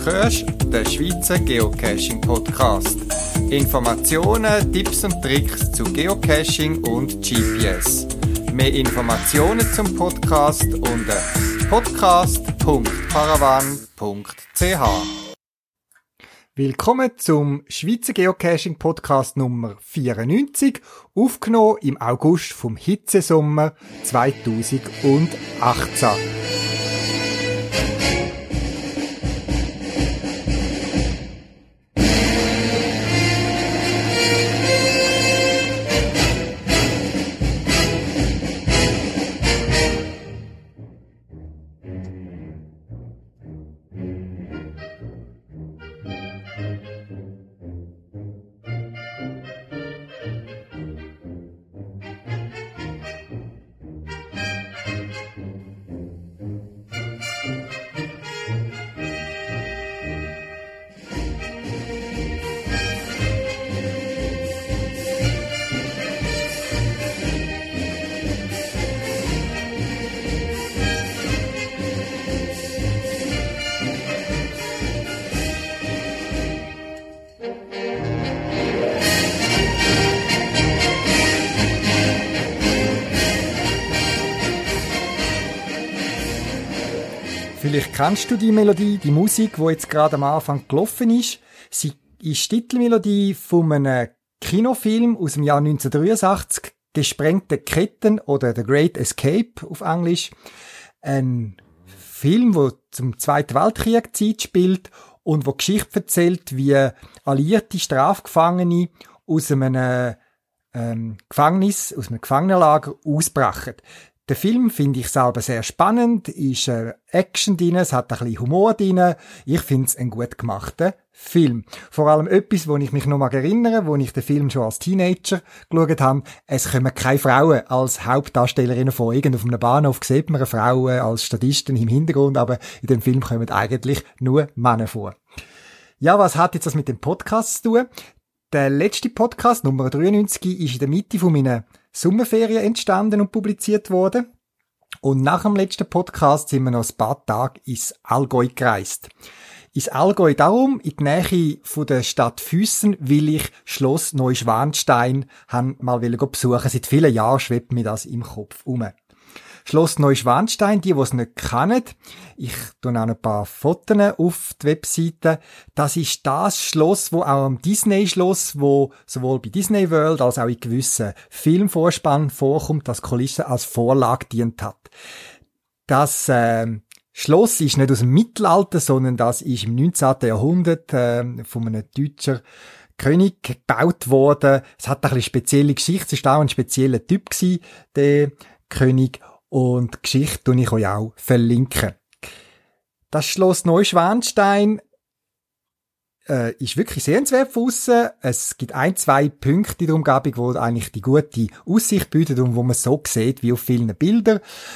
hörst den Schweizer Geocaching-Podcast. Informationen, Tipps und Tricks zu Geocaching und GPS. Mehr Informationen zum Podcast unter podcast.paravan.ch. Willkommen zum Schweizer Geocaching-Podcast Nummer 94, aufgenommen im August vom Hitzesommer 2018. Vielleicht kennst du die Melodie, die Musik, die jetzt gerade am Anfang gelaufen ist. Sie ist die Titelmelodie von einem Kinofilm aus dem Jahr 1983, «Gesprengte Ketten» oder «The Great Escape» auf Englisch. Ein Film, der zum Zweiten Weltkrieg Zeit spielt und wo Geschichte erzählt, wie alliierte Strafgefangene aus einem Gefängnis, aus einem Gefangenenlager ausbrechen. Der Film finde ich selber sehr spannend, ist Action drin, es hat ein bisschen Humor drin. Ich finde es ein gut gemachter Film. Vor allem etwas, wo ich mich noch mal erinnere, wo ich den Film schon als Teenager geschaut habe. Es kommen keine Frauen als Hauptdarstellerinnen vor. Irgendwo auf einem Bahnhof sieht man eine Frau als Statisten im Hintergrund, aber in dem Film kommen eigentlich nur Männer vor. Ja, was hat jetzt das mit dem Podcast zu tun? Der letzte Podcast, Nummer 93, ist in der Mitte von meinen Sommerferien entstanden und publiziert worden. Und nach dem letzten Podcast sind wir noch ein paar Tage ins Allgäu gereist. Ins Allgäu darum, in die Nähe von der Stadt Füssen, weil ich Schloss Neuschwanstein mal besuchen. Seit vielen Jahren schwebt mir das im Kopf um. Schloss Neuschwanstein, die es nicht kennen, ich tue auch ein paar Fotos auf die Webseite. Das ist das Schloss, wo auch am Disney-Schloss, wo sowohl bei Disney World als auch in gewissen Filmvorspannen vorkommt, das Kulisse als Vorlage dient hat. Das Schloss ist nicht aus dem Mittelalter, sondern das ist im 19. Jahrhundert von einem deutschen König gebaut worden. Es hat ein bisschen spezielle Geschichte, es war auch ein spezieller Typ gewesen, der König. Und die Geschichte tue ich euch auch verlinken. Das Schloss Neuschwanstein ist wirklich sehenswert von aussen. Es gibt zwei Punkte in der Umgebung, wo eigentlich die gute Aussicht bieten und wo man so sieht wie auf vielen Bildern.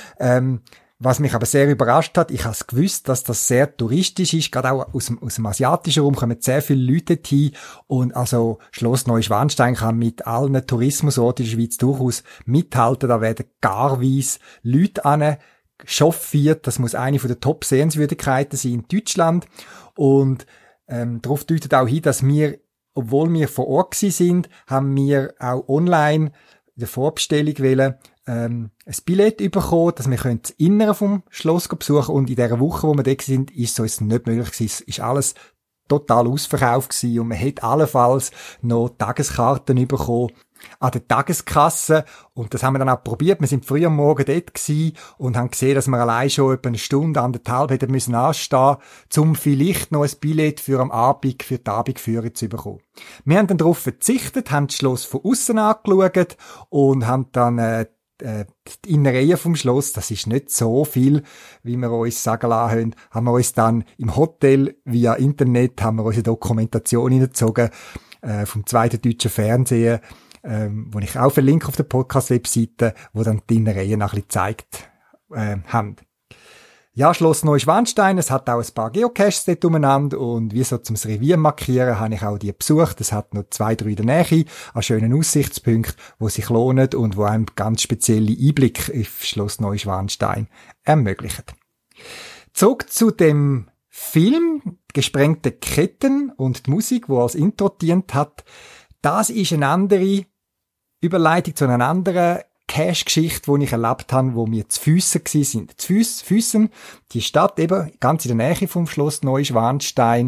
Was mich aber sehr überrascht hat, ich habe es gewusst, dass das sehr touristisch ist, gerade auch aus dem asiatischen Raum kommen sehr viele Leute hin und also Schloss Neuschwanstein kann mit allen Tourismusorten in der Schweiz durchaus mithalten, da werden garweise Leute chauffiert, das muss eine von der Top-Sehenswürdigkeiten sein in Deutschland und darauf deutet auch hin, dass wir, obwohl wir vor Ort gewesen sind, haben wir auch online in der Vorbestellung wählen, ein Billett bekommen, dass wir das Innere vom Schloss besuchen und in dieser Woche, wo wir da sind, ist es uns nicht möglich gewesen. Es ist alles total ausverkauft gewesen und man hätte allenfalls noch Tageskarten bekommen an der Tageskasse und das haben wir dann auch probiert. Wir sind früh am Morgen dort gewesen und haben gesehen, dass wir allein schon etwa eine Stunde, anderthalb hätten müssen anstehen, um vielleicht noch ein Billett für am Abend, für die Abendführung zu bekommen. Wir haben dann darauf verzichtet, haben das Schloss von aussen angeschaut und haben dann die Innereien vom Schloss, das ist nicht so viel, wie wir uns sagen lassen haben wir uns dann im Hotel via Internet haben wir unsere Dokumentation hineingezogen vom zweiten deutschen Fernsehen, wo ich auch verlinke auf der Podcast-Webseite, wo dann die Innereien ein bisschen gezeigt haben. Ja, Schloss Neuschwanstein, es hat auch ein paar Geocaches dort umeinander und wie so zum Revier markieren, habe ich auch die besucht. Es hat noch 2, 3 in der Nähe an schönen Aussichtspunkten, wo sich lohnen und wo einem ganz spezielle Einblick auf Schloss Neuschwanstein ermöglichen. Zurück zu dem Film Gesprengte Ketten und die Musik, die als Intro dient hat, das ist eine andere Überleitung zu einer anderen Cache-Geschichte, die ich erlebt habe, wo wir zu Füssen sind. Zu Füssen, die Stadt eben ganz in der Nähe vom Schloss Neuschwanstein,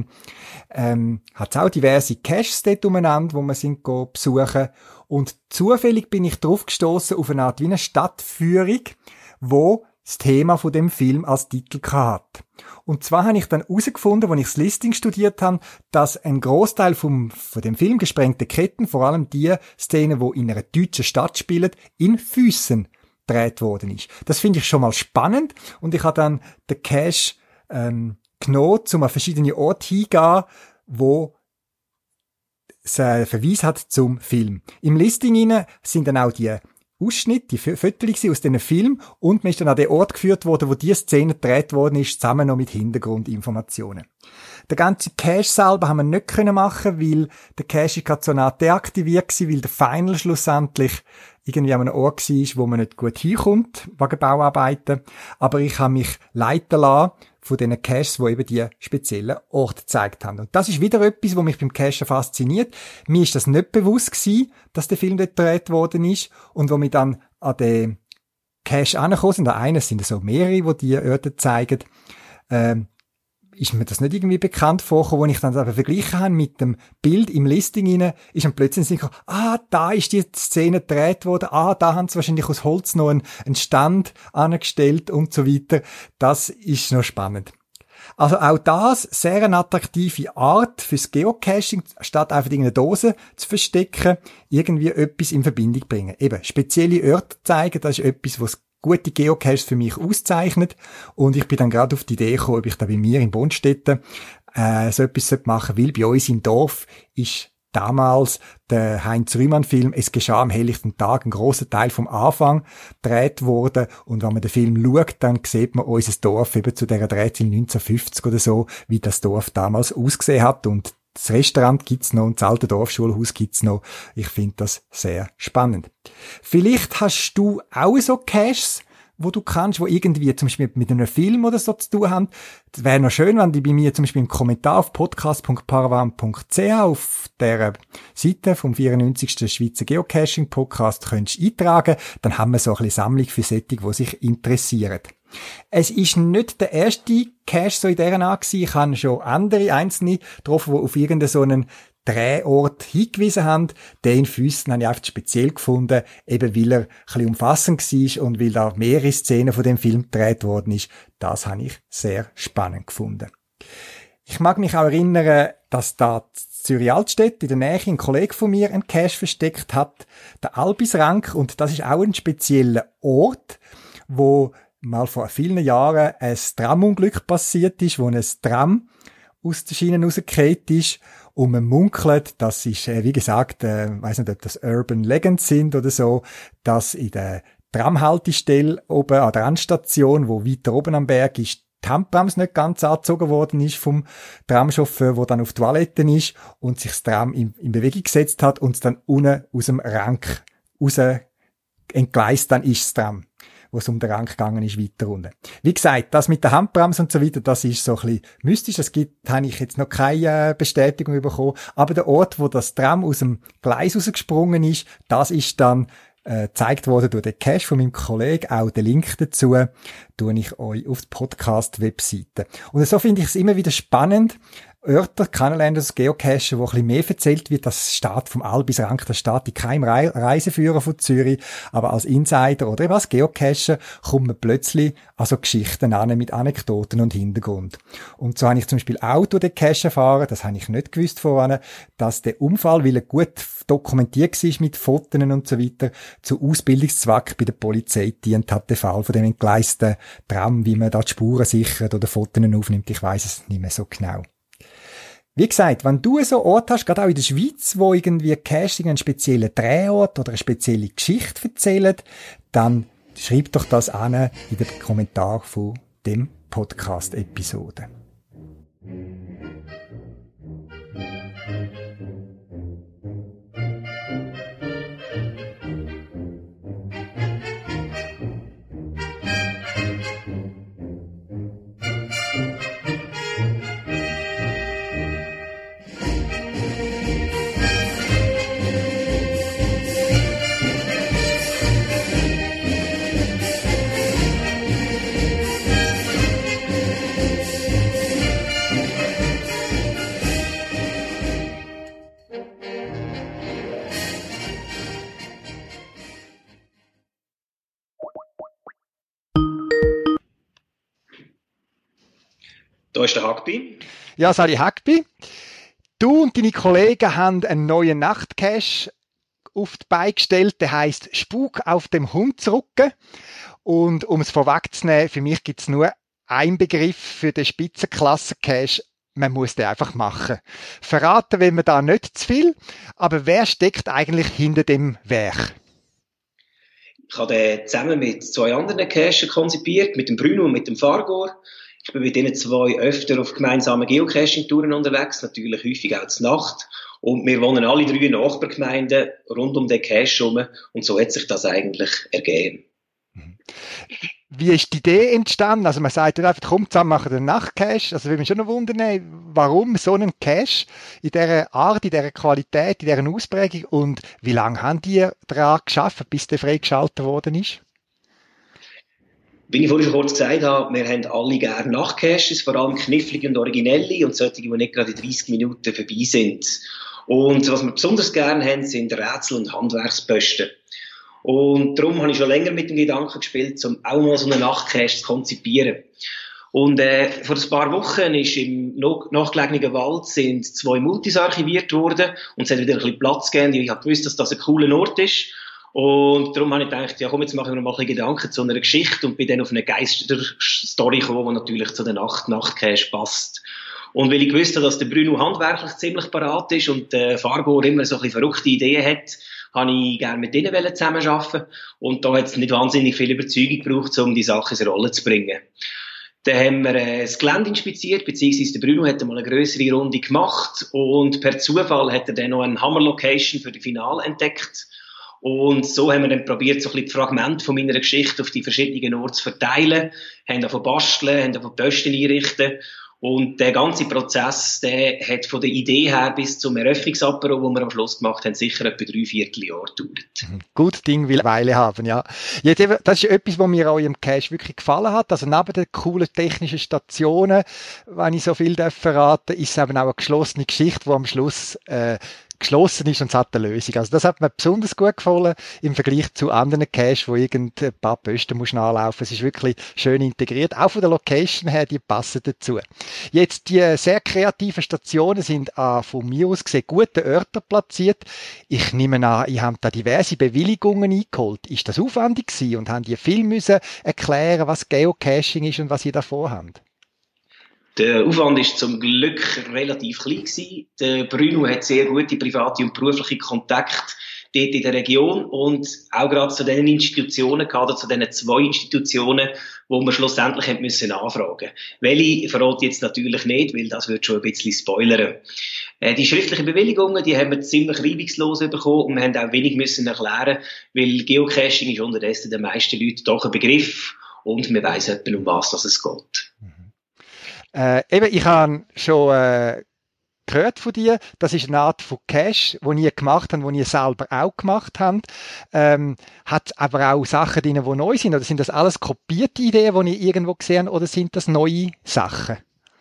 hat auch diverse Caches dort umeinander, wo wir sind besuchen. Und zufällig bin ich drauf gestoßen auf eine Art wie eine Stadtführung, wo das Thema von dem Film als Titel hat. Und zwar habe ich dann herausgefunden, als ich das Listing studiert habe, dass ein Großteil von dem Film Gesprengte Ketten, vor allem die Szene, wo in einer deutschen Stadt spielt, in Füssen gedreht worden ist. Das finde ich schon mal spannend und ich habe dann den Cache genommen, um an verschiedene Orte hingehen, wo es einen Verweis hat zum Film. Im Listing sind dann auch die Ausschnitt, die Fotos aus diesen Film und man ist dann an den Ort geführt worden, wo diese Szene gedreht worden ist, zusammen noch mit Hintergrundinformationen. Den ganzen Cache selber haben wir nicht machen, weil der Cache gerade so nah deaktiviert war, weil der Final schlussendlich irgendwie an einem Ort war, wo man nicht gut hinkommt, wegen Bauarbeiten. Aber ich habe mich leiten lassen von diesen Caches, die eben die speziellen Orte gezeigt haben. Und das ist wieder etwas, was mich beim Cachen fasziniert. Mir ist das nicht bewusst gewesen, dass der Film dort gedreht worden ist. Und wo wir dann an den Cache angekommen sind, an einem sind so mehrere, die die Orte zeigen, ist mir das nicht irgendwie bekannt vorgekommen, wo ich dann aber verglichen habe mit dem Bild im Listing rein, ist dann plötzlich gekommen, da ist die Szene gedreht worden, da haben sie wahrscheinlich aus Holz noch einen Stand angestellt und so weiter. Das ist noch spannend. Also auch das, sehr eine attraktive Art fürs Geocaching, statt einfach irgendeine Dose zu verstecken, irgendwie etwas in Verbindung bringen. Eben, spezielle Orte zeigen, das ist etwas, was gute Geocaches für mich auszeichnet. Und ich bin dann gerade auf die Idee gekommen, ob ich da bei mir in Bonstetten so etwas machen sollte, weil bei uns im Dorf ist damals der Heinz-Rühmann-Film «Es geschah am helllichten Tag», ein grosser Teil vom Anfang gedreht worden. Und wenn man den Film schaut, dann sieht man unser Dorf eben zu dieser Drehzeit 1950 oder so, wie das Dorf damals ausgesehen hat. Und das Restaurant gibt's noch und das alte Dorfschulhaus gibt's noch. Ich finde das sehr spannend. Vielleicht hast du auch so Caches, wo du kannst, wo irgendwie zum Beispiel mit einem Film oder so zu tun haben. Das wäre noch schön, wenn die bei mir zum Beispiel im Kommentar auf podcast.paravan.ch auf der Seite vom 94. Schweizer Geocaching Podcast könntest eintragen. Dann haben wir so ein bisschen Sammlung für solche, die sich interessieren. Es ist nicht der erste Cache so in dieser Art gewesen. Ich habe schon andere einzelne getroffen, die auf irgendeinen so einen Drehort hingewiesen haben. Den in Füssen habe ich einfach speziell gefunden, eben weil er ein bisschen umfassend war und weil da mehrere Szenen von dem Film gedreht worden ist. Das habe ich sehr spannend gefunden. Ich mag mich auch erinnern, dass da in Zürich-Altstedt in der Nähe ein Kollege von mir einen Cache versteckt hat, der Albisrank, und das ist auch ein spezieller Ort, wo mal vor vielen Jahren ein Tramunglück passiert ist, wo ein Tram aus den Schienen rausgefallen ist. Und man munkelt, das ist, wie gesagt, weiss nicht, ob das Urban Legends sind oder so, dass in der Tramhaltestelle oben an der Endstation, wo weiter oben am Berg ist, die Handbremse nicht ganz angezogen worden ist vom Tramchauffeur, der dann auf die Toilette ist und sich das Tram in Bewegung gesetzt hat und es dann unten aus dem Rank raus entgleist dann ist das Tram, wo es um den Rang gegangen ist, weiter unten. Wie gesagt, das mit der Handbremse und so weiter, das ist so ein bisschen mystisch. Das habe ich jetzt noch keine Bestätigung bekommen. Aber der Ort, wo das Tram aus dem Gleis rausgesprungen ist, das ist dann gezeigt worden durch den Cache von meinem Kollegen. Auch den Link dazu tue ich euch auf die Podcast-Webseite. Und so finde ich es immer wieder spannend, Orte kennenlernen, das Geocachen, wo ein bisschen mehr erzählt wird. Das steht vom Albisrank, das steht in keinem Reiseführer von Zürich. Aber als Insider oder eben als Geocacher kommt man plötzlich an so Geschichten an mit Anekdoten und Hintergrund. Und so habe ich zum Beispiel auch durch den Cache erfahren, das habe ich nicht gewusst vorhin, dass der Unfall, weil er gut dokumentiert war mit Fotos und so weiter, zu Ausbildungszweck bei der Polizei dient hat, der Fall von dem entgleisten Tram, wie man da die Spuren sichert oder Fotos aufnimmt. Ich weiss es nicht mehr so genau. Wie gesagt, wenn du so einen Ort hast, gerade auch in der Schweiz, wo irgendwie Casting einen speziellen Drehort oder eine spezielle Geschichte erzählt, dann schreib doch das an in den Kommentar von dem Podcast-Episode. ist der Hackby. Ja, Sali Hackby. Du und deine Kollegen haben einen neuen Nachtcache auf die Beine gestellt, der heisst Spuk auf dem Hundsrücken. Und um es vorwegzunehmen, für mich gibt es nur einen Begriff für den Spitzenklassen-Cache. Man muss den einfach machen. Verraten will man da nicht zu viel, aber wer steckt eigentlich hinter dem Werk? Ich habe den zusammen mit 2 anderen Cacher konzipiert, mit dem Bruno und mit dem Fargor. Ich bin mit diesen 2 öfter auf gemeinsamen Geocaching-Touren unterwegs, natürlich häufig auch zur Nacht. Und wir wohnen alle 3 Nachbargemeinden rund um den Cache herum. Und so hat sich das eigentlich ergeben. Wie ist die Idee entstanden? Also man sagt dann einfach, komm zusammen, machen den Nachtcache. Also würde mich schon noch wundern, warum so einen Cache in dieser Art, in dieser Qualität, in dieser Ausprägung und wie lange haben die daran gearbeitet, bis der freigeschaltet worden ist? Wie ich vorhin schon kurz gesagt habe, wir haben alle gerne Nachtcaches, vor allem knifflige und originelle und solche, die nicht gerade in 30 Minuten vorbei sind. Und was wir besonders gerne haben, sind Rätsel- und Handwerksposten. Und darum habe ich schon länger mit dem Gedanken gespielt, um auch mal so einen Nachtcache zu konzipieren. Und vor ein paar Wochen ist im nachgelegenen Wald sind 2 Multis archiviert worden und es hat wieder ein bisschen Platz gegeben. Ich habe gewusst, dass das ein cooler Ort ist. Und darum habe ich gedacht, ja komm, jetzt machen wir mal ein bisschen Gedanken zu einer Geschichte und bin dann auf eine Geister-Story gekommen, die natürlich zu der Nachtcache passt. Und weil ich gewusst habe, dass der Bruno handwerklich ziemlich parat ist und der Fargor immer so ein bisschen verrückte Ideen hat, habe ich gerne mit ihnen zusammenarbeiten. Und da hat es nicht wahnsinnig viel Überzeugung gebraucht, um die Sache in Rolle zu bringen. Dann haben wir das Gelände inspiziert, beziehungsweise der Bruno hat einmal eine grössere Runde gemacht und per Zufall hat er dann noch eine Hammer-Location für die Finale entdeckt. Und so haben wir dann probiert, so ein bisschen die Fragmente von meiner Geschichte auf die verschiedenen Orte zu verteilen, haben davon basteln, haben davon Posten einrichten. Und der ganze Prozess, der hat von der Idee her bis zum Eröffnungsapero, wo wir am Schluss gemacht haben, sicher etwa 3/4 Jahre gedauert. Gutes Ding will Weile haben, ja. Jetzt eben, das ist etwas, was mir auch im Cache wirklich gefallen hat. Also neben den coolen technischen Stationen, wenn ich so viel verraten darf, ist es eben auch eine geschlossene Geschichte, die am Schluss geschlossen ist und es hat eine Lösung. Also das hat mir besonders gut gefallen im Vergleich zu anderen Caches, wo ein paar Posten muss nachlaufen. Es ist wirklich schön integriert. Auch von der Location her, die passen dazu. Jetzt, die sehr kreativen Stationen sind von mir aus gesehen gute Orte platziert. Ich nehme an, ihr habt da diverse Bewilligungen eingeholt. Ist das aufwendig gewesen und haben die viel müssen erklären, was Geocaching ist und was ihr davor habt? Der Aufwand ist zum Glück relativ klein gewesen. Der Bruno hat sehr gute private und berufliche Kontakte dort in der Region und auch gerade zu den Institutionen gehabt, oder zu diesen 2 Institutionen, wo wir schlussendlich haben müssen anfragen. Welche verrate ich jetzt natürlich nicht, weil das wird schon ein bisschen spoilern. Die schriftlichen Bewilligungen, die haben wir ziemlich reibungslos bekommen und wir haben auch wenig müssen erklären, weil Geocaching ist unterdessen den meisten Leuten doch ein Begriff und wir weiss etwa, um was es geht. Eben, ich habe schon gehört von dir, das ist eine Art von Cache, die ihr gemacht habt, die ihr selber auch gemacht habt. Hat aber auch Sachen drin, die neu sind? Oder sind das alles kopierte Ideen, die ihr irgendwo gesehen habt, oder sind das neue Sachen?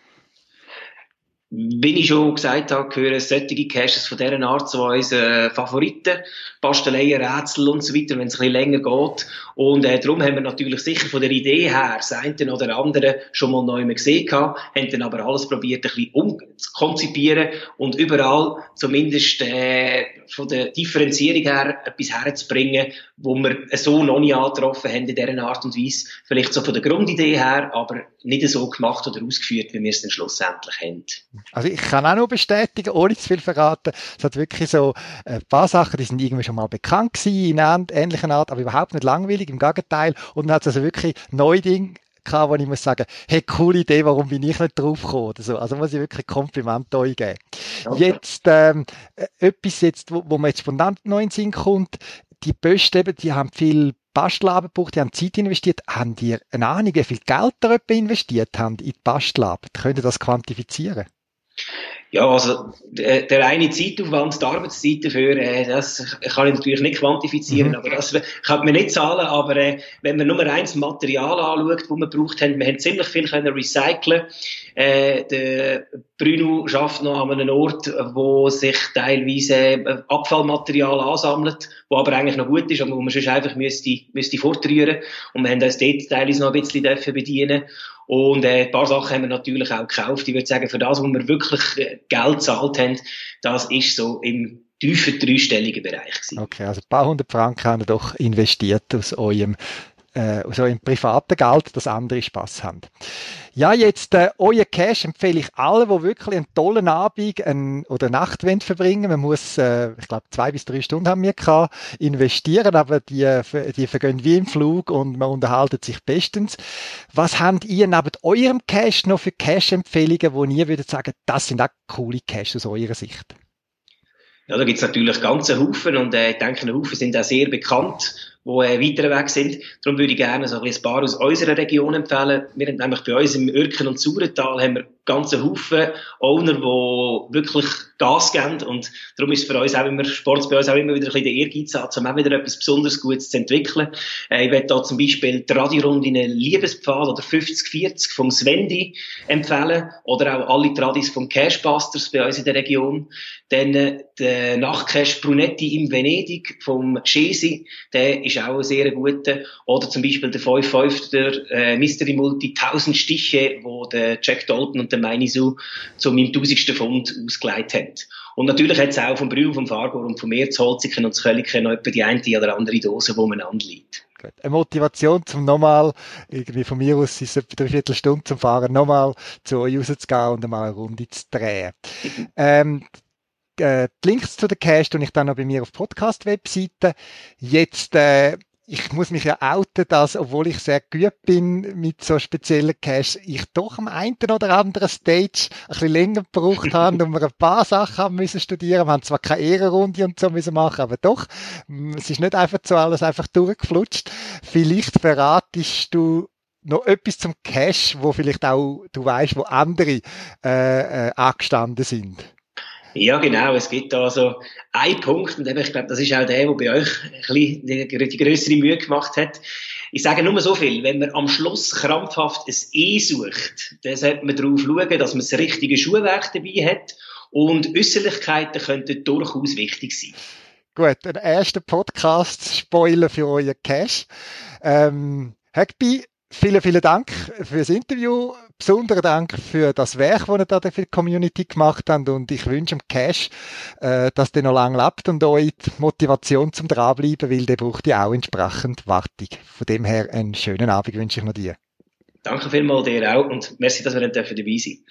Wie ich schon gesagt habe, gehören solche Caches von dieser Art zu unseren Favoriten. Basteleien, Rätsel und so weiter, wenn es ein bisschen länger geht. Und darum haben wir natürlich sicher von der Idee her das eine oder andere schon mal neu gesehen gehabt, haben dann aber alles probiert, ein bisschen umzukonzipieren und überall zumindest von der Differenzierung her etwas herzubringen, wo wir so noch nie angetroffen haben in dieser Art und Weise. Vielleicht so von der Grundidee her, aber nicht so gemacht oder ausgeführt, wie wir es dann schlussendlich haben. Also ich kann auch nur bestätigen, ohne zu viel verraten, es hat wirklich so ein paar Sachen, die sind irgendwie schon mal bekannt gewesen, in einer ähnlichen Art, aber überhaupt nicht langweilig, im Gegenteil. Und dann hat es also wirklich neue Dinge gehabt, wo ich muss sagen, hey, coole Idee, warum bin ich nicht drauf gekommen oder so. Also muss ich wirklich Kompliment euch geben. Okay. Jetzt, etwas jetzt, wo mir jetzt spontan neu in den Sinn kommt, die Posten eben, die haben viel Bastelarbeit gebraucht, die haben Zeit investiert. Haben die eine Ahnung, wie viel Geld da investiert haben in die Bastelarbeit? Könnt ihr das quantifizieren? Ja, also der reine Zeitaufwand, die Arbeitszeit dafür, das kann ich natürlich nicht quantifizieren, aber das kann man nicht zahlen. Aber wenn man nur eins Material anschaut, das wir gebraucht haben, wir haben ziemlich viel können recyceln. Der Bruno arbeitet noch an einem Ort, wo sich teilweise Abfallmaterial ansammelt, wo aber eigentlich noch gut ist, aber wo man sonst einfach müsste fortrühren. Und wir haben uns dort teilweise noch ein bisschen dürfen bedienen. Und ein paar Sachen haben wir natürlich auch gekauft. Ich würde sagen, für das, wo wir wirklich Geld gezahlt haben, das ist so im tiefen dreistelligen Bereich gewesen. Okay, also ein paar hundert Franken haben ihr doch investiert aus eurem privaten Geld, dass andere Spass haben. Ja, jetzt euer Cash empfehle ich allen, die wirklich einen tollen Abend oder Nacht verbringen. Man muss, ich glaube, 2 bis 3 Stunden haben wir gehabt, investieren, aber die vergehen wie im Flug und man unterhaltet sich bestens. Was habt ihr neben eurem Cash noch für Cash-Empfehlungen, wo ihr würdet sagen, das sind auch coole Cash aus eurer Sicht? Ja, da gibt's natürlich ganze Haufen und ich denke, ein Haufen sind auch sehr bekannt, die weiter weg sind. Darum würde ich gerne so ein paar aus unserer Region empfehlen. Wir haben nämlich bei uns im Ürken- und Saurental haben wir ganze Haufen Owner, die wirklich Gas geben. Und darum ist für uns auch immer, Sport bei uns auch immer wieder ein bisschen der Ehrgeiz, um auch wieder etwas besonders Gutes zu entwickeln. Ich werde da zum Beispiel die Radiorunde in Liebespfad oder 50-40 vom Svendi empfehlen. Oder auch alle Tradis vom Cashbusters bei uns in der Region. Dann der Nachtcash Brunetti im Venedig vom Chesi, der ist auch ein sehr guter. Oder zum Beispiel der 5-5, der Mystery Multi 1000 Stiche, wo der Jack Dalton und der Mainisu zu meinem 1000. Pfund ausgelegt haben. Und natürlich hat es auch vom Brühl, vom Fargo und vom Erzholziken und das Kölliken noch etwa die eine oder andere Dose, die man anliegt. Gut. Eine Motivation, zum nochmal, irgendwie von mir aus ist es etwa 3/4 Stunde zum Fahren, nochmal zu euch rauszugehen und einmal eine Runde zu drehen. Die Links zu den Cash tue ich dann noch bei mir auf Podcast-Webseite. Jetzt, ich muss mich ja outen, dass, obwohl ich sehr gut bin mit so speziellen Cash, ich doch am einen oder anderen Stage ein bisschen länger gebraucht habe und wir ein paar Sachen haben müssen studieren. Wir haben zwar keine Ehrenrunde und so müssen machen, aber doch, es ist nicht einfach so alles einfach durchgeflutscht. Vielleicht verratest du noch etwas zum Cash, wo vielleicht auch, du weißt, wo andere angestanden sind. Ja, genau. Es gibt da so einen Punkt, und eben, ich glaube, das ist auch der bei euch ein bisschen die grössere Mühe gemacht hat. Ich sage nur so viel, wenn man am Schluss krampfhaft ein E sucht, dann sollte man darauf schauen, dass man das richtige Schuhwerk dabei hat, und Äußerlichkeiten könnten durchaus wichtig sein. Gut, ein erster Podcast-Spoiler für euer Cash. Hagby, vielen Dank für das Interview. Besonderen Dank für das Werk, das ihr da für die Community gemacht habt. Und ich wünsche dem Cash, dass der noch lange lebt und euch die Motivation zum Dranbleiben, weil der braucht ja auch entsprechend Wartung. Von dem her einen schönen Abend wünsche ich noch dir. Danke vielmals dir auch und merci, dass wir dabei sein dürfen.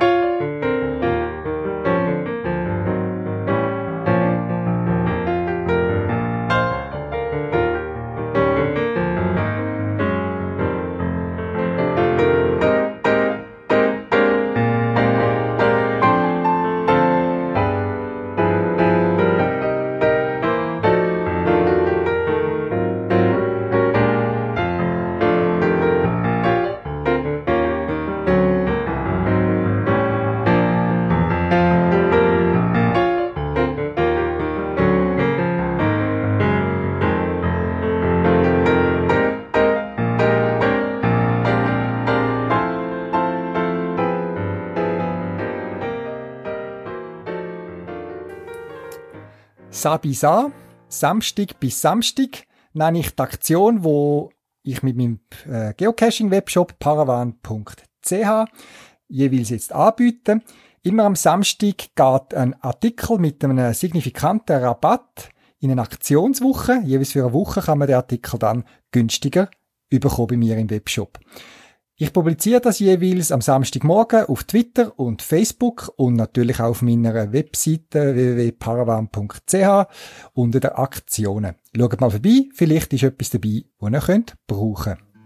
Sabisa, Samstag bis Samstag, nenne ich die Aktion, wo ich mit meinem Geocaching-Webshop paravan.ch jeweils jetzt anbiete. Immer am Samstag geht ein Artikel mit einem signifikanten Rabatt in eine Aktionswoche. Jeweils für eine Woche kann man den Artikel dann günstiger bekommen bei mir im Webshop. Ich publiziere das jeweils am Samstagmorgen auf Twitter und Facebook und natürlich auch auf meiner Webseite www.paravan.ch unter den Aktionen. Schaut mal vorbei, vielleicht ist etwas dabei, das ihr brauchen könnt.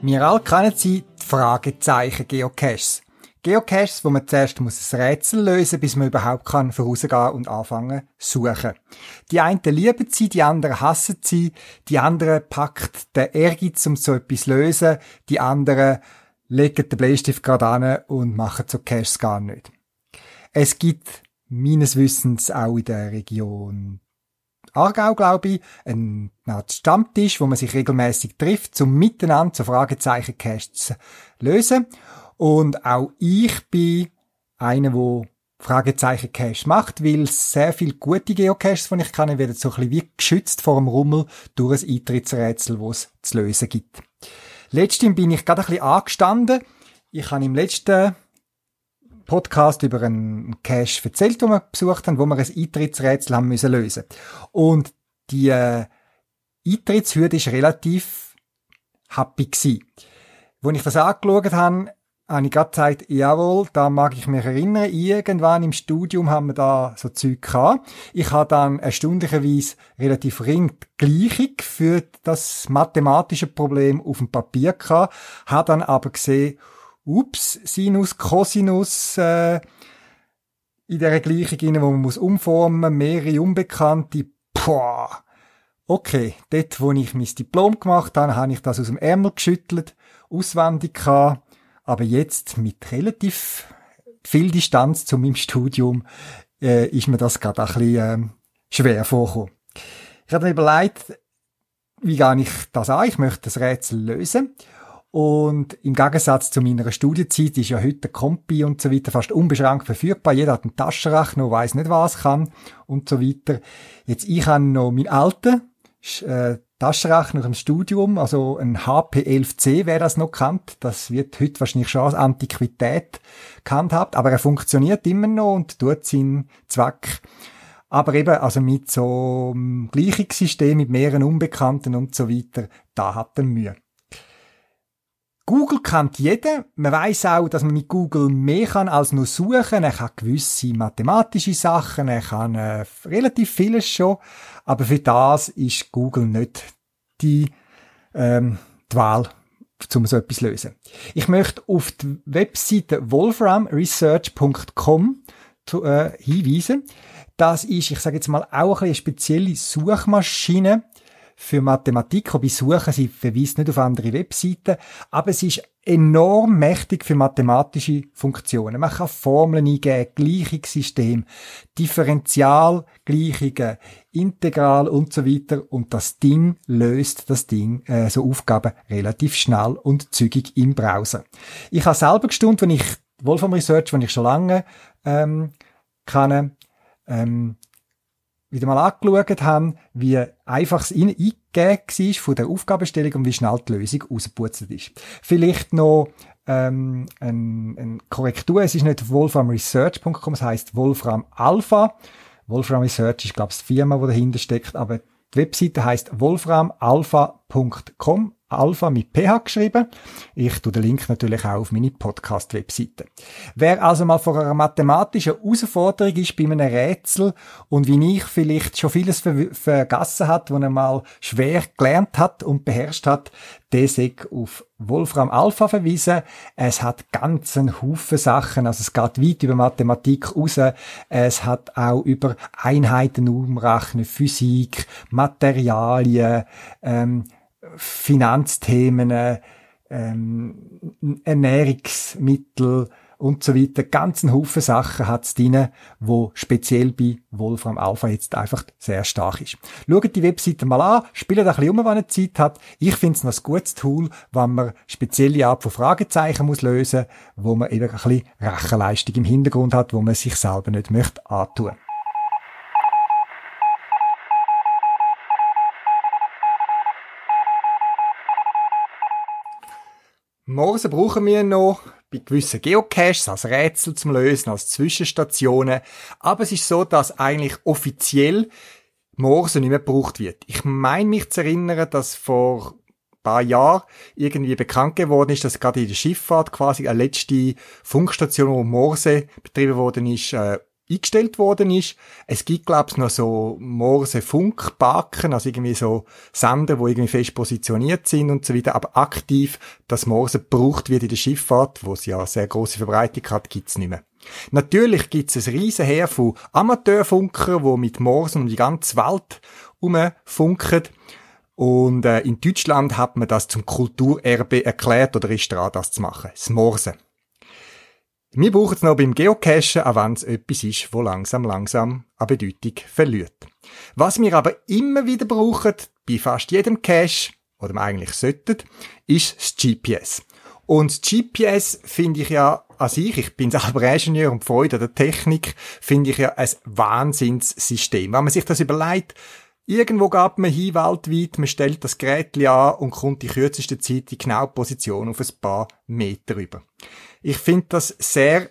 Wir alle kennen sie, die Fragezeichen-Geocaches. Geocaches, wo man zuerst ein Rätsel lösen muss, bis man überhaupt vorausgehen und anfangen zu suchen. Die einen lieben sie, die anderen hassen sie, die anderen packt der Ehrgeiz, um so etwas zu lösen, die anderen legen den Bleistift gerade an und machen so Caches gar nicht. Es gibt meines Wissens auch in der Region Aargau, glaube ich, eine Art Stammtisch, wo man sich regelmäßig trifft, um miteinander so Fragezeichen-Caches zu lösen. Und auch ich bin einer, der Fragezeichen-Caches macht, weil sehr viele gute Geocaches, die ich kenne, werden so ein bisschen wie geschützt vor dem Rummel durch ein Eintrittsrätsel, das es zu lösen gibt. Letztens bin ich gerade ein bisschen angestanden. Ich habe im letzten Podcast über einen Cache erzählt, den wir besucht haben, wo wir ein Eintrittsrätsel haben müssen lösen. Und die Eintrittshürde ist relativ happy gewesen. Als ich das angeschaut habe, habe ich gerade gesagt, jawohl, da mag ich mich erinnern, irgendwann im Studium haben wir da so Zeug gehabt. Ich habe dann erstaunlicherweise relativ ring die Gleichung für das mathematische Problem auf dem Papier gehabt, habe dann aber gesehen, ups, Sinus, Cosinus, in dieser Gleichung, wo man muss umformen, mehrere Unbekannte, okay, dort, wo ich mein Diplom gemacht habe, habe ich das aus dem Ärmel geschüttelt, auswendig gehabt, aber jetzt mit relativ viel Distanz zu meinem Studium, ist mir das gerade ein bisschen, schwer vorgekommen. Ich habe mir überlegt, wie gehe ich das an? Ich möchte das Rätsel lösen. Und im Gegensatz zu meiner Studienzeit ist ja heute der Kompi und so weiter fast unbeschränkt verfügbar. Jeder hat einen Taschenrechner, weiss nicht was kann und so weiter. Jetzt, ich habe noch meinen alten Taschenrechner im Studium, also ein HP 11C, wer das noch kennt. Das wird heute wahrscheinlich schon als Antiquität gehandhabt, aber er funktioniert immer noch und tut seinen Zweck. Aber eben, also mit so einem Gleichungssystem, mit mehreren Unbekannten und so weiter, da hat er Mühe. Google kennt jeder. Man weiss auch, dass man mit Google mehr kann als nur suchen. Er kann gewisse mathematische Sachen, er kann relativ vieles schon. Aber für das ist Google nicht die Wahl, um so etwas zu lösen. Ich möchte auf die Webseite wolframresearch.com hinweisen. Das ist, ich sage jetzt mal, auch eine spezielle Suchmaschine für Mathematik, wobei Suchen, sie verweist nicht auf andere Webseiten, aber es ist enorm mächtig für mathematische Funktionen. Man kann Formeln eingeben, Gleichungssystem, Differentialgleichungen, Integral und so weiter und das Ding löst so Aufgaben relativ schnell und zügig im Browser. Ich habe selber gestaunt, wenn ich Wolfram Research, wenn ich schon lange wieder mal angeschaut haben, wie einfach es eingegeben war von der Aufgabenstellung und wie schnell die Lösung rausgeputzelt ist. Vielleicht noch eine Korrektur. Es ist nicht wolframresearch.com, es heisst Wolfram Alpha. Wolfram Research ist, glaube ich, die Firma, die dahinter steckt, aber die Webseite heisst wolframalpha.com. Alpha mit PH geschrieben. Ich tue den Link natürlich auch auf meine Podcast-Webseite. Wer also mal vor einer mathematischen Herausforderung ist bei einem Rätsel und wie ich vielleicht schon vieles vergessen hat, was er mal schwer gelernt hat und beherrscht hat, der sei auf Wolfram Alpha verwiesen. Es hat ganzen Haufen Sachen, also es geht weit über Mathematik raus. Es hat auch über Einheiten umrechnen, Physik, Materialien, Finanzthemen, Ernährungsmittel und so weiter. Ganzen Haufen Sachen hat's drin, wo speziell bei Wolfram Alpha jetzt einfach sehr stark ist. Schaut die Webseite mal an, spielt ein bisschen wenn ihr Zeit habt. Ich finde es noch ein gutes Tool, wenn man spezielle Art von Fragezeichen muss lösen, wo man eben ein bisschen Rechenleistung im Hintergrund hat, wo man sich selber nicht möchte antun. Morse brauchen wir noch bei gewissen Geocaches als Rätsel zum Lösen, als Zwischenstationen. Aber es ist so, dass eigentlich offiziell Morse nicht mehr gebraucht wird. Ich meine mich zu erinnern, dass vor ein paar Jahren irgendwie bekannt geworden ist, dass gerade in der Schifffahrt quasi eine letzte Funkstation, wo Morse betrieben worden ist, eingestellt worden ist. Es gibt, glaube ich, noch so Morse-Funkbaken, also irgendwie so Sender, die irgendwie fest positioniert sind und so weiter, aber aktiv, dass Morse gebraucht wird in der Schifffahrt, wo es ja sehr grosse Verbreitung hat, gibt's nicht mehr. Natürlich gibt's ein riesen Heer von Amateurfunkern, die mit Morse um die ganze Welt herumfunken. Und in Deutschland hat man das zum Kulturerbe erklärt oder ist dran, das zu machen, das Morse. Wir brauchen es noch beim Geocachen, auch wenn es etwas ist, wo langsam an Bedeutung verliert. Was wir aber immer wieder brauchen, bei fast jedem Cache, oder wir eigentlich sollten, ist das GPS. Und das GPS finde ich ja an sich, ich bin selber Ingenieur und Freude an der Technik, finde ich ja ein Wahnsinnssystem. Wenn man sich das überlegt, irgendwo geht man hin weltweit, man stellt das Gerät an und kommt in kürzester Zeit die genaue Position auf ein paar Meter rüber. Ich finde das sehr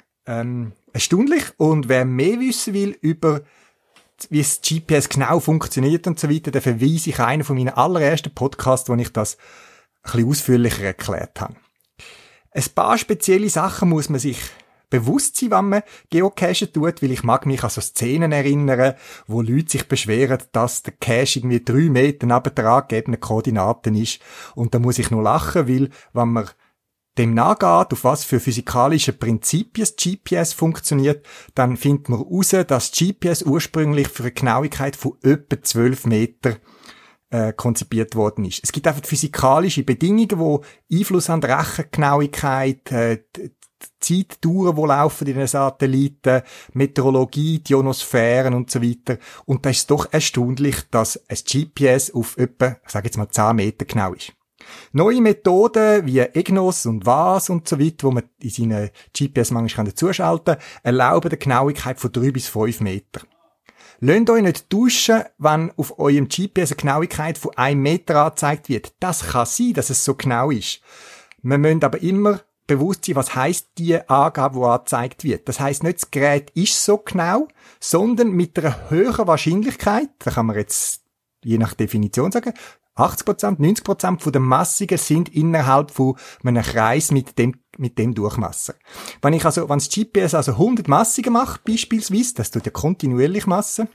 erstaunlich und wer mehr wissen will über wie das GPS genau funktioniert und so weiter, dann verweise ich einen von meinen allerersten Podcasts, wo ich das ein bisschen ausführlicher erklärt habe. Ein paar spezielle Sachen muss man sich bewusst sein, wenn man Geocachen tut, weil ich mag mich an so Szenen erinnern, wo Leute sich beschweren, dass der Cache irgendwie 3 Meter neben der angegebenen Koordinaten ist. Und da muss ich nur lachen, weil, wenn man dem nachgeht, auf was für physikalische Prinzipien das GPS funktioniert, dann findet man heraus, dass das GPS ursprünglich für eine Genauigkeit von etwa 12 Meter konzipiert worden ist. Es gibt einfach physikalische Bedingungen, die Einfluss haben, Rechengenauigkeit, Zeitdauern, die laufen in den Satelliten, Meteorologie, die Ionosphären und so weiter. Und da ist es doch erstaunlich, dass ein GPS auf etwa, ich sage jetzt mal 10 Meter genau ist. Neue Methoden wie EGNOS und VAS und so weiter, wo man in seinen GPS manchmal dazuschalten kann, erlauben eine Genauigkeit von 3 bis 5 Meter. Lasst euch nicht täuschen, wenn auf eurem GPS eine Genauigkeit von 1 Meter angezeigt wird. Das kann sein, dass es so genau ist. Wir müssen aber immer bewusst sein, was heisst die Angabe, die angezeigt wird. Das heisst nicht, das Gerät ist so genau, sondern mit einer höheren Wahrscheinlichkeit, da kann man jetzt je nach Definition sagen, 80%, 90% von den Massungen sind innerhalb von einem Kreis mit dem Durchmesser. Wenn das GPS also 100 Massungen macht, beispielsweise, das tut ja kontinuierlich Massen,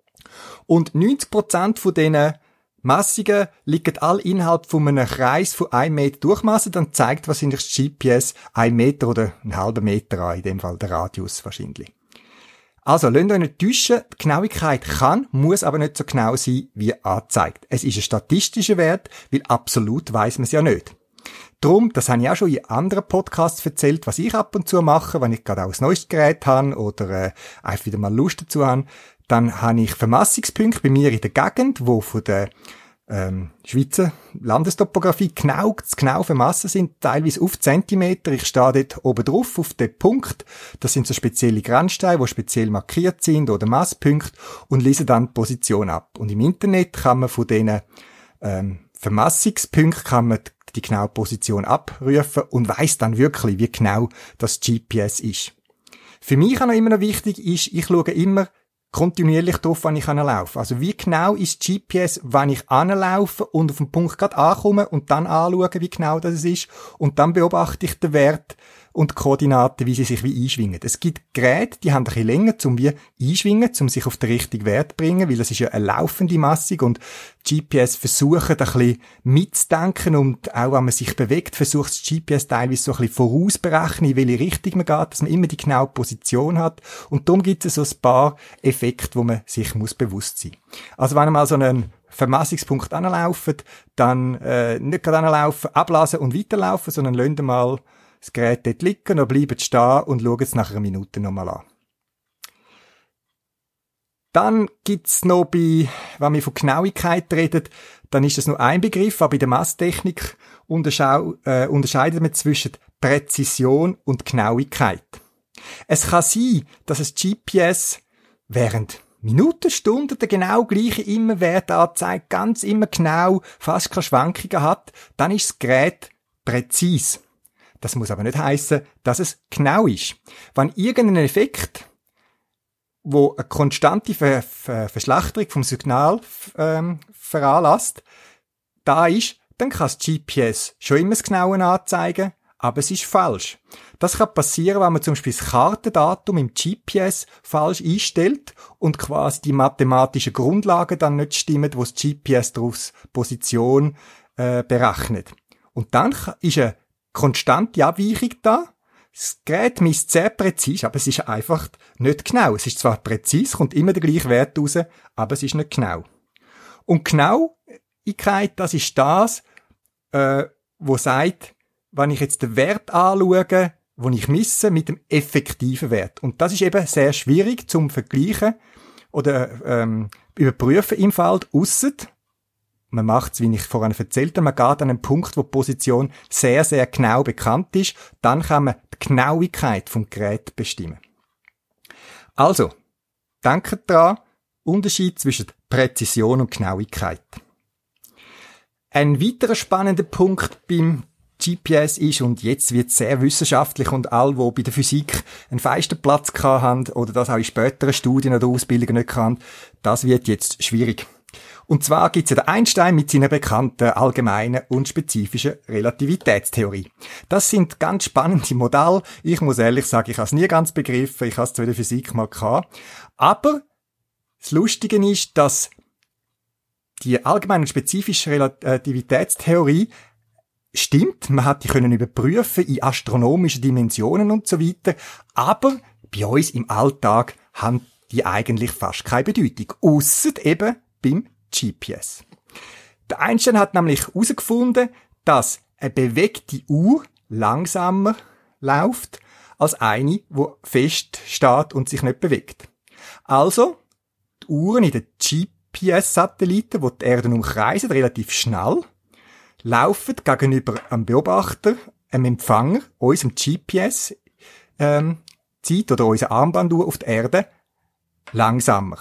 und 90% von diesen Massungen liegen all innerhalb von einem Kreis von 1 Meter Durchmesser, dann zeigt wahrscheinlich das GPS 1 Meter oder einen halben Meter an, in dem Fall der Radius wahrscheinlich. Also, lasst euch nicht täuschen, die Genauigkeit muss aber nicht so genau sein, wie angezeigt. Es ist ein statistischer Wert, weil absolut weiss man es ja nicht. Drum, das habe ich auch schon in anderen Podcasts erzählt, was ich ab und zu mache, wenn ich gerade auch ein neues Gerät habe oder einfach wieder mal Lust dazu habe. Dann habe ich Vermassungspunkte bei mir in der Gegend, wo von der Schweizer Landestopographie genau vermassen sind, teilweise auf Zentimeter. Ich stehe dort oben drauf auf den Punkt. Das sind so spezielle Grenzsteine, die speziell markiert sind oder Masspunkte und lese dann die Position ab. Und im Internet kann man von diesen Vermassungspunkten die genaue Position abrufen und weiss dann wirklich, wie genau das GPS ist. Für mich auch noch immer noch wichtig ist, ich schaue immer kontinuierlich drauf, wann ich anlaufe. Also wie genau ist GPS, wenn ich anlaufe und auf den Punkt gerade ankomme und dann anschaue, wie genau das ist und dann beobachte ich den Wert und die Koordinaten, wie sie sich wie einschwingen. Es gibt Geräte, die haben ein bisschen länger zum wie einschwingen, zum sich auf den richtigen Wert zu bringen, weil das ist ja eine laufende Massung und GPS versuchen ein bisschen mitzudenken und auch wenn man sich bewegt, versucht das GPS teilweise so ein bisschen vorausberechnen, in welche Richtung man geht, dass man immer die genaue Position hat und darum gibt es so ein paar Effekte, wo man sich bewusst sein muss. Also wenn man mal so einen Vermassungspunkt anlaufen, dann nicht gerade anlaufen, abblasen und weiterlaufen, sondern lasst mal das Gerät dort liegen und bleibt stehen und schaut es nach einer Minute nochmal an. Dann gibt's noch wenn wir von Genauigkeit reden, dann ist das nur ein Begriff, aber in der Messtechnik unterscheidet man zwischen Präzision und Genauigkeit. Es kann sein, dass ein GPS während Minuten, Stunden den genau gleichen Immerwert anzeigt, ganz immer genau, fast keine Schwankungen hat, dann ist das Gerät präzise. Das muss aber nicht heissen, dass es genau ist. Wenn irgendein Effekt, wo eine konstante Verschlechterung vom Signal veranlasst, da ist, dann kann das GPS schon immer das Genaue anzeigen, aber es ist falsch. Das kann passieren, wenn man zum Beispiel das Kartendatum im GPS falsch einstellt und quasi die mathematischen Grundlagen dann nicht stimmen, wo das GPS daraus Position berechnet. Und dann ist eine konstante Abweichung da. Das Gerät misst sehr präzise, aber es ist einfach nicht genau. Es ist zwar präzise, kommt immer der gleiche Wert raus, aber es ist nicht genau. Und Genauigkeit, das ist das, wo sagt, wenn ich jetzt den Wert anschaue, den ich messe, mit dem effektiven Wert. Und das ist eben sehr schwierig zum Vergleichen oder überprüfen im Feld, ausser man macht es, wie ich vorhin erzählt habe, man geht an einen Punkt, wo die Position sehr, sehr genau bekannt ist, dann kann man die Genauigkeit vom Gerät bestimmen. Also, denkt dran, Unterschied zwischen Präzision und Genauigkeit. Ein weiterer spannender Punkt beim GPS ist, und jetzt wird es sehr wissenschaftlich und all, die bei der Physik einen feisten Platz haben oder das auch in späteren Studien oder Ausbildungen nicht kann, das wird jetzt schwierig. Und zwar gibt's ja den Einstein mit seiner bekannten allgemeinen und spezifischen Relativitätstheorie. Das sind ganz spannende Modelle. Ich muss ehrlich sagen, ich habe es nie ganz begriffen. Ich habe es zwar in der Physik mal gehabt. Aber das Lustige ist, dass die allgemeine und spezifische Relativitätstheorie stimmt. Man hat die können überprüfen in astronomischen Dimensionen und so weiter. Aber bei uns im Alltag haben die eigentlich fast keine Bedeutung. Ausser eben beim GPS. Der Einstein hat nämlich herausgefunden, dass eine bewegte Uhr langsamer läuft als eine, die fest steht und sich nicht bewegt. Also, die Uhren in den GPS-Satelliten, die die Erde umkreisen, relativ schnell, laufen gegenüber einem Beobachter, einem Empfänger, unserem GPS, Zeit oder unserer Armbanduhr auf der Erde, langsamer.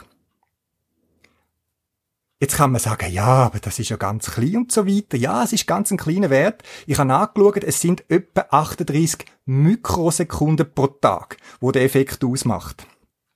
Jetzt kann man sagen, ja, aber das ist ja ganz klein und so weiter. Ja, es ist ganz ein kleiner Wert. Ich habe nachgeschaut, es sind etwa 38 Mikrosekunden pro Tag, wo der Effekt ausmacht.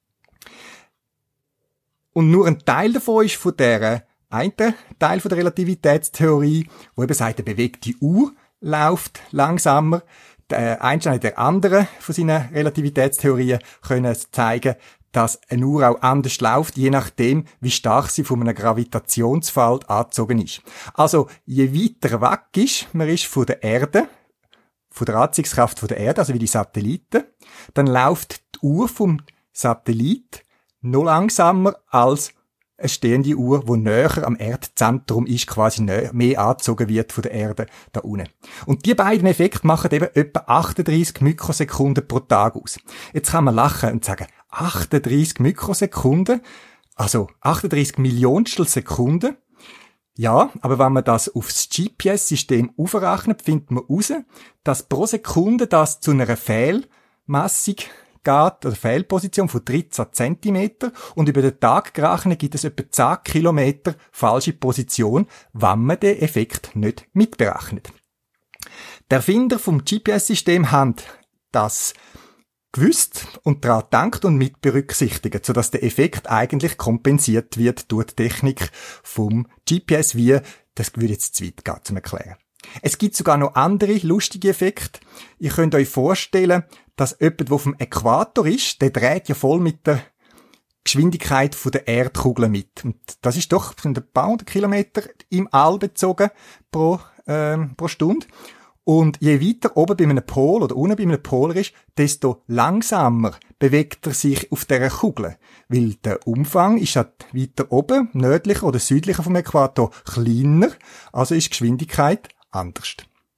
Und nur ein Teil davon ist von der einen Teil von der Relativitätstheorie, wo eben sagt, eine bewegte Uhr läuft langsamer. Der Einstein hat der andere von seinen Relativitätstheorien können zeigen, dass eine Uhr auch anders läuft, je nachdem, wie stark sie von einem Gravitationsfeld angezogen ist. Also, je weiter weg ist, man ist von der Erde, von der Anziehungskraft von der Erde, also wie die Satelliten, dann läuft die Uhr vom Satellit noch langsamer als eine stehende Uhr, die näher am Erdzentrum ist, quasi mehr angezogen wird von der Erde da unten. Und die beiden Effekte machen eben etwa 38 Mikrosekunden pro Tag aus. Jetzt kann man lachen und sagen, 38 Mikrosekunden, also 38 Millionstel Sekunden. Ja, aber wenn man das aufs GPS-System aufrechnet, findet man heraus, dass pro Sekunde das zu einer Fehlmessung geht, oder Fehlposition von 13 Zentimeter, und über den Tag gerechnet gibt es etwa 10 Kilometer falsche Position, wenn man den Effekt nicht mitberechnet. Der Erfinder vom GPS-System hat das gewusst und daran gedacht und mit berücksichtigt, sodass der Effekt eigentlich kompensiert wird durch die Technik vom GPS, wie, das würde jetzt zu weit gehen, zum Erklären. Es gibt sogar noch andere lustige Effekte. Ihr könnt euch vorstellen, dass jemand, der auf dem Äquator ist, der dreht ja voll mit der Geschwindigkeit von der Erdkugel mit. Und das ist doch ein paar hundert Kilometer im All bezogen pro Stunde. Und je weiter oben bei einem Pol oder unten bei einem Pol ist, desto langsamer bewegt er sich auf dieser Kugel. Weil der Umfang ist ja weiter oben, nördlicher oder südlicher vom Äquator, kleiner, also ist die Geschwindigkeit anders.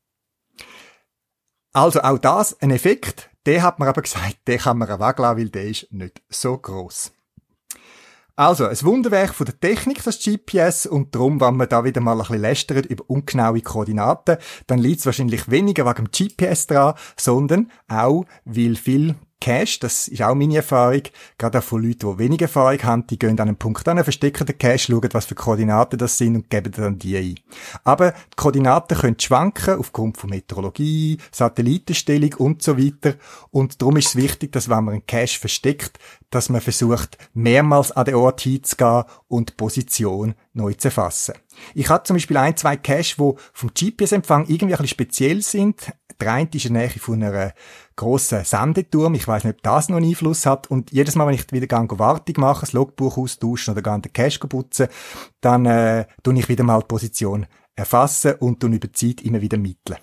Also auch das ein Effekt, den hat man aber gesagt, den kann man weglassen, weil der ist nicht so gross. Also, ein Wunderwerk von der Technik, das GPS, und darum, wenn man da wieder mal ein bisschen lästert über ungenaue Koordinaten, dann liegt es wahrscheinlich weniger wegen dem GPS dran, sondern auch, weil viel Cache, das ist auch meine Erfahrung, gerade auch von Leuten, die wenig Erfahrung haben, die gehen an einen Punkt an, verstecken den Cache, schauen, was für Koordinaten das sind und geben dann die ein. Aber die Koordinaten können schwanken aufgrund von Meteorologie, Satellitenstellung und so weiter, und darum ist es wichtig, dass wenn man einen Cache versteckt, dass man versucht, mehrmals an den Ort hinzugehen und die Position neu zu erfassen. Ich habe zum Beispiel 1, 2 Cache, die vom GPS-Empfang irgendwie ein bisschen speziell sind. Der eine ist in der Nähe von einer grossen Sendeturm. Ich weiss nicht, ob das noch einen Einfluss hat. Und jedes Mal, wenn ich wieder Wartung mache, das Logbuch austauschen oder den Cache putzen, dann tue ich wieder mal die Position erfassen und über die Zeit immer wieder mitteln.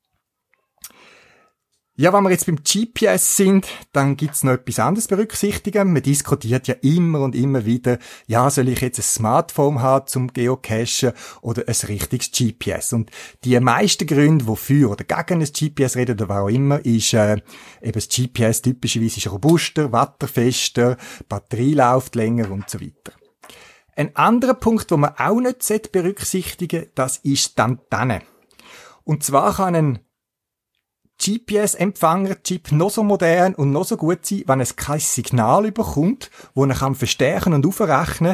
Ja, wenn wir jetzt beim GPS sind, dann gibt's noch etwas anderes berücksichtigen. Man diskutiert ja immer und immer wieder, ja, soll ich jetzt ein Smartphone haben zum Geocachen oder ein richtiges GPS? Und die meisten Gründe, die für oder gegen ein GPS reden oder was auch immer, ist eben das GPS typischerweise ist robuster, wasserfester, Batterie läuft länger und so weiter. Ein anderer Punkt, den man auch nicht berücksichtigen sollte, das ist die Antenne. Und zwar kann ein GPS-Empfänger-Chip noch so modern und noch so gut sein, wenn es kein Signal bekommt, das er kann verstärken und aufrechnen,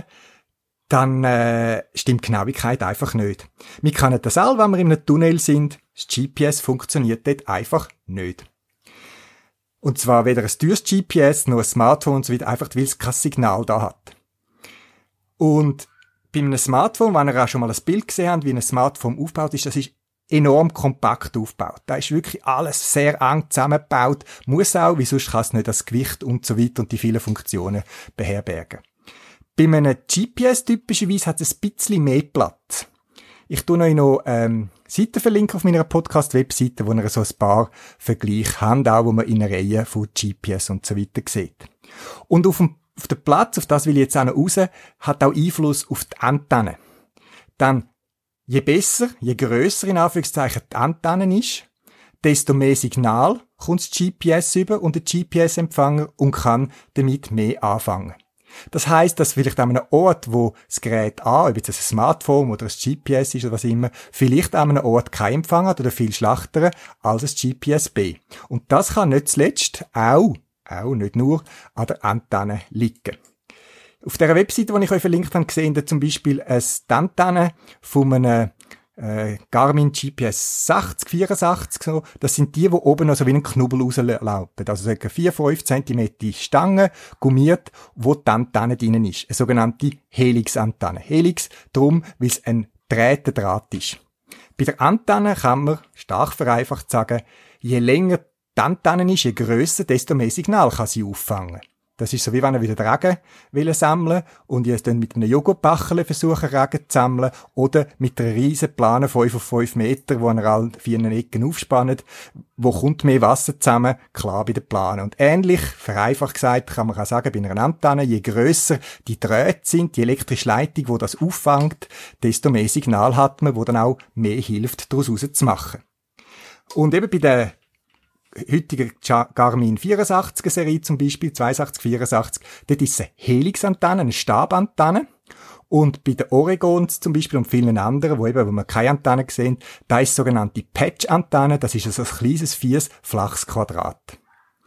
dann stimmt die Genauigkeit einfach nicht. Wir kennen das auch, wenn wir in einem Tunnel sind. Das GPS funktioniert dort einfach nicht. Und zwar weder ein teures GPS noch ein Smartphone und so weiter, einfach weil es kein Signal da hat. Und bei einem Smartphone, wenn ihr auch schon mal ein Bild gesehen habt, wie ein Smartphone aufgebaut ist, das ist enorm kompakt aufgebaut. Da ist wirklich alles sehr eng zusammengebaut. Muss auch, wie sonst kann es nicht das Gewicht und so weiter und die vielen Funktionen beherbergen. Bei einem GPS typischerweise hat es ein bisschen mehr Platz. Ich tue euch noch Seiten verlinken auf meiner Podcast-Webseite, wo ihr so ein paar Vergleiche habt, auch wo man in einer Reihe von GPS und so weiter sieht. Und auf den Platz, auf das will ich jetzt auch noch raus, hat auch Einfluss auf die Antenne. Dann je besser, je grösser in Anführungszeichen die Antenne ist, desto mehr Signal kommt das GPS über und der GPS-Empfänger und kann damit mehr anfangen. Das heisst, dass vielleicht an einem Ort, wo das Gerät A, ob jetzt ein Smartphone oder ein GPS ist oder was immer, vielleicht an einem Ort kein Empfang hat oder viel schlechter als ein GPS B. Und das kann nicht zuletzt auch nicht nur an der Antenne liegen. Auf der Webseite, die ich euch verlinkt habe, sehen ihr zum Beispiel die Antenne von einem Garmin GPS 60, 84, so. Das sind die oben noch so wie ein Knubbel rauslaufen. Also so etwa 4-5 cm Stange, gummiert, wo die Antenne drinnen ist. Eine sogenannte Helix-Antenne. Helix, darum, weil es ein Draht ist. Bei der Antenne kann man, stark vereinfacht sagen, je länger die Antenne ist, je grösser, desto mehr Signal kann sie auffangen. Das ist so, wie wenn er wieder Regen sammeln und ihr dann mit einem Joghurtbachel versuchen, Regen zu sammeln oder mit einer riesen Plane 5 auf 5 Meter, wo er alle 4 Ecken aufspannt. Wo kommt mehr Wasser zusammen? Klar, bei der Plane. Und ähnlich, vereinfacht gesagt, kann man auch sagen, bei einer Antenne, je grösser die Drähte sind, die elektrische Leitung, die das auffängt, desto mehr Signal hat man, wo dann auch mehr hilft, daraus rauszumachen. Und eben bei der heutige Garmin 84er Serie zum Beispiel, 82, 84, dort ist es eine Helix-Antenne, eine Stabantenne. Und bei den Oregons zum Beispiel und vielen anderen, wo man keine Antenne sehen, da ist sogenannte Patch-Antenne, das ist also ein kleines, vieres, flaches Quadrat.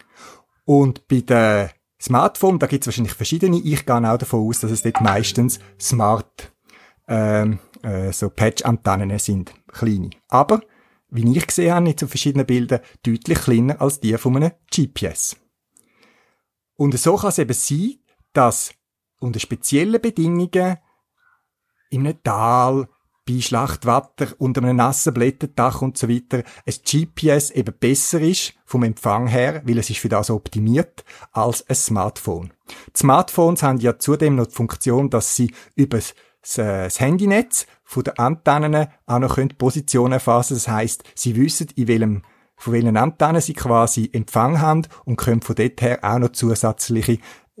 Und bei den Smartphone, da gibt es wahrscheinlich verschiedene, ich gehe auch davon aus, dass es dort meistens Smart, so Patch-Antennen sind, kleine. Aber wie ich gesehen habe, zu verschiedenen Bildern, deutlich kleiner als die von einem GPS. Und so kann es eben sein, dass unter speziellen Bedingungen in einem Tal, bei Schlachtwetter, unter einem nassen Blätterdach und so weiter, ein GPS eben besser ist vom Empfang her, weil es ist für das optimiert, als ein Smartphone. Die Smartphones haben ja zudem noch die Funktion, dass sie über das Handynetz von den Antennen auch noch Positionen erfassen. Das heisst, sie wissen, von welchen Antennen sie quasi Empfang haben und können von dort her auch noch zusätzliche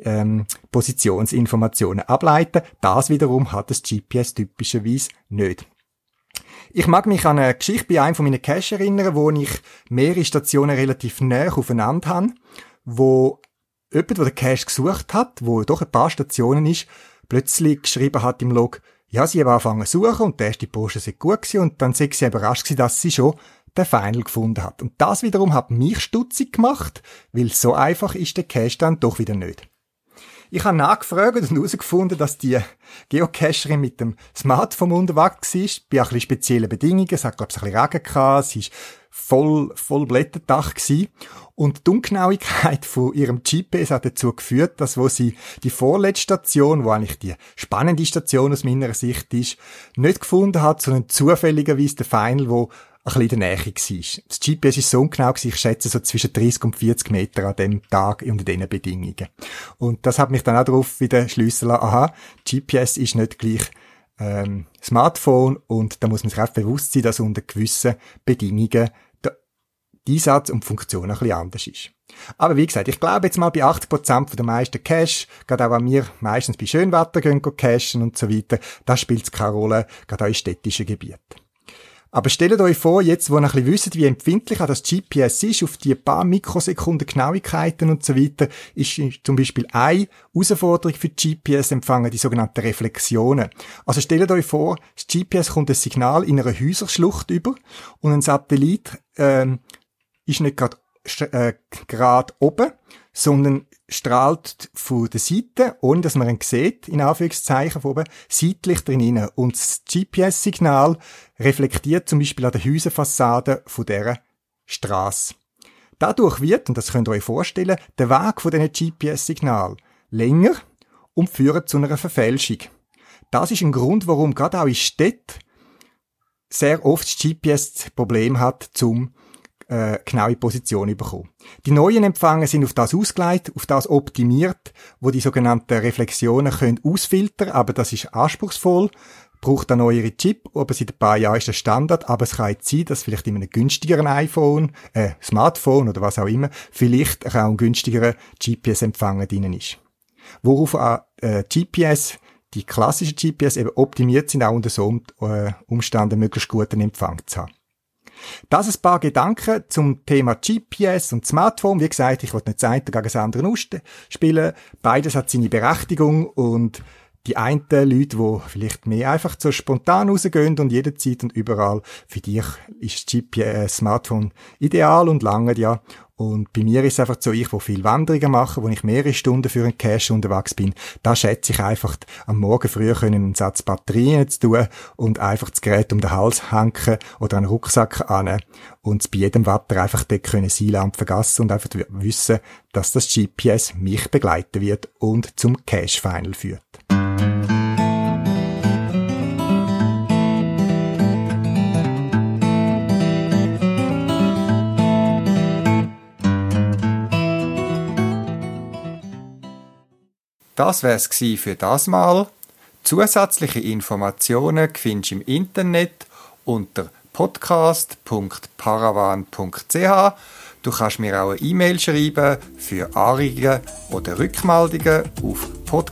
Positionsinformationen ableiten. Das wiederum hat das GPS typischerweise nicht. Ich mag mich an eine Geschichte bei einem von meinen Caches erinnern, wo ich mehrere Stationen relativ nahe aufeinander habe, wo jemand, der den Cache gesucht hat, wo doch ein paar Stationen ist, plötzlich geschrieben hat im Log, ja, sie haben angefangen zu suchen und der erste Post sei gut gewesen und dann sei sie überrascht gewesen, dass sie schon den Final gefunden hat. Und das wiederum hat mich stutzig gemacht, weil so einfach ist der Cache dann doch wieder nicht. Ich habe nachgefragt und herausgefunden, dass die Geocacherin mit dem Smartphone unterwegs war, bei ein bisschen speziellen Bedingungen. Es hat, glaube ich, ein bisschen Regen gehabt, es war voll Blätterdach gewesen. Und die Ungenauigkeit von ihrem GPS hat dazu geführt, dass wo sie die vorletzte Station, wo eigentlich die spannende Station aus meiner Sicht ist, nicht gefunden hat, sondern zufälligerweise der Final, wo bisschen in der Nähe war. Das GPS ist so ungenau gewesen, ich schätze so zwischen 30 und 40 Meter an dem Tag unter diesen Bedingungen. Und das hat mich dann auch darauf wieder schliessen lassen, aha, GPS ist nicht gleich Smartphone, und da muss man sich auch bewusst sein, dass unter gewissen Bedingungen der Einsatz und die Funktion ein bisschen anders ist. Aber wie gesagt, ich glaube jetzt mal bei 80% der meisten Cache, gerade auch wenn wir meistens bei Schönwetter gehen cachen und so weiter, da spielt es keine Rolle, gerade auch in städtischen Gebieten. Aber stellt euch vor, jetzt, wo ihr ein bisschen wisst, wie empfindlich das GPS ist, auf die paar Mikrosekunden Genauigkeiten und so weiter, ist zum Beispiel eine Herausforderung für GPS-Empfänger die sogenannten Reflexionen. Also stellt euch vor, das GPS kommt ein Signal in einer Häuserschlucht über und ein Satellit ist nicht gerade oben, sondern strahlt von der Seite, ohne dass man ihn sieht, in Anführungszeichen von oben, seitlich drin. Und das GPS-Signal reflektiert zum Beispiel an der Häuserfassade von dieser Strasse. Dadurch wird, und das könnt ihr euch vorstellen, der Weg von diesen GPS-Signal länger und führt zu einer Verfälschung. Das ist ein Grund, warum gerade auch in Städten sehr oft das GPS Problem hat, zum genaue Position bekommen. Die neuen Empfänger sind auf das ausgelegt, auf das optimiert, wo die sogenannten Reflexionen können ausfiltern, aber das ist anspruchsvoll, braucht ein neuere Chip, aber seit ein paar Jahren ist das Standard, aber es kann jetzt sein, dass vielleicht in einem günstigeren iPhone, Smartphone oder was auch immer, vielleicht auch ein günstigerer GPS-Empfänger drin ist. Worauf GPS, die klassischen GPS eben optimiert sind, auch unter so Umständen möglichst guten Empfang zu haben. Das ein paar Gedanken zum Thema GPS und Smartphone. Wie gesagt, ich wollte nicht das eine gegen das andere ausspielen. Beides hat seine Berechtigung, und die einen Leute, die vielleicht mehr einfach so spontan rausgehen und jederzeit und überall, für dich ist das GPS-Smartphone ideal und lange, ja. Und bei mir ist es einfach so, ich, wo viel Wanderungen mache, wo ich mehrere Stunden für einen Cache unterwegs bin, da schätze ich einfach, am Morgen früh einen Satz Batterien zu tun und einfach das Gerät um den Hals hängen oder einen Rucksack an und bei jedem Wetter einfach dort können Seilamt vergessen und einfach wissen, dass das GPS mich begleiten wird und zum Cache-Final führt. Das wär's gsi für das Mal. Zusätzliche Informationen findest du im Internet unter podcast.paravan.ch. Du kannst mir auch eine E-Mail schreiben für Anregungen oder Rückmeldungen auf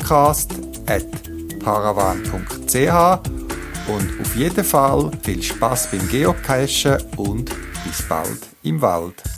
podcast.paravan.ch. Und auf jeden Fall viel Spaß beim Geocachen und bis bald im Wald.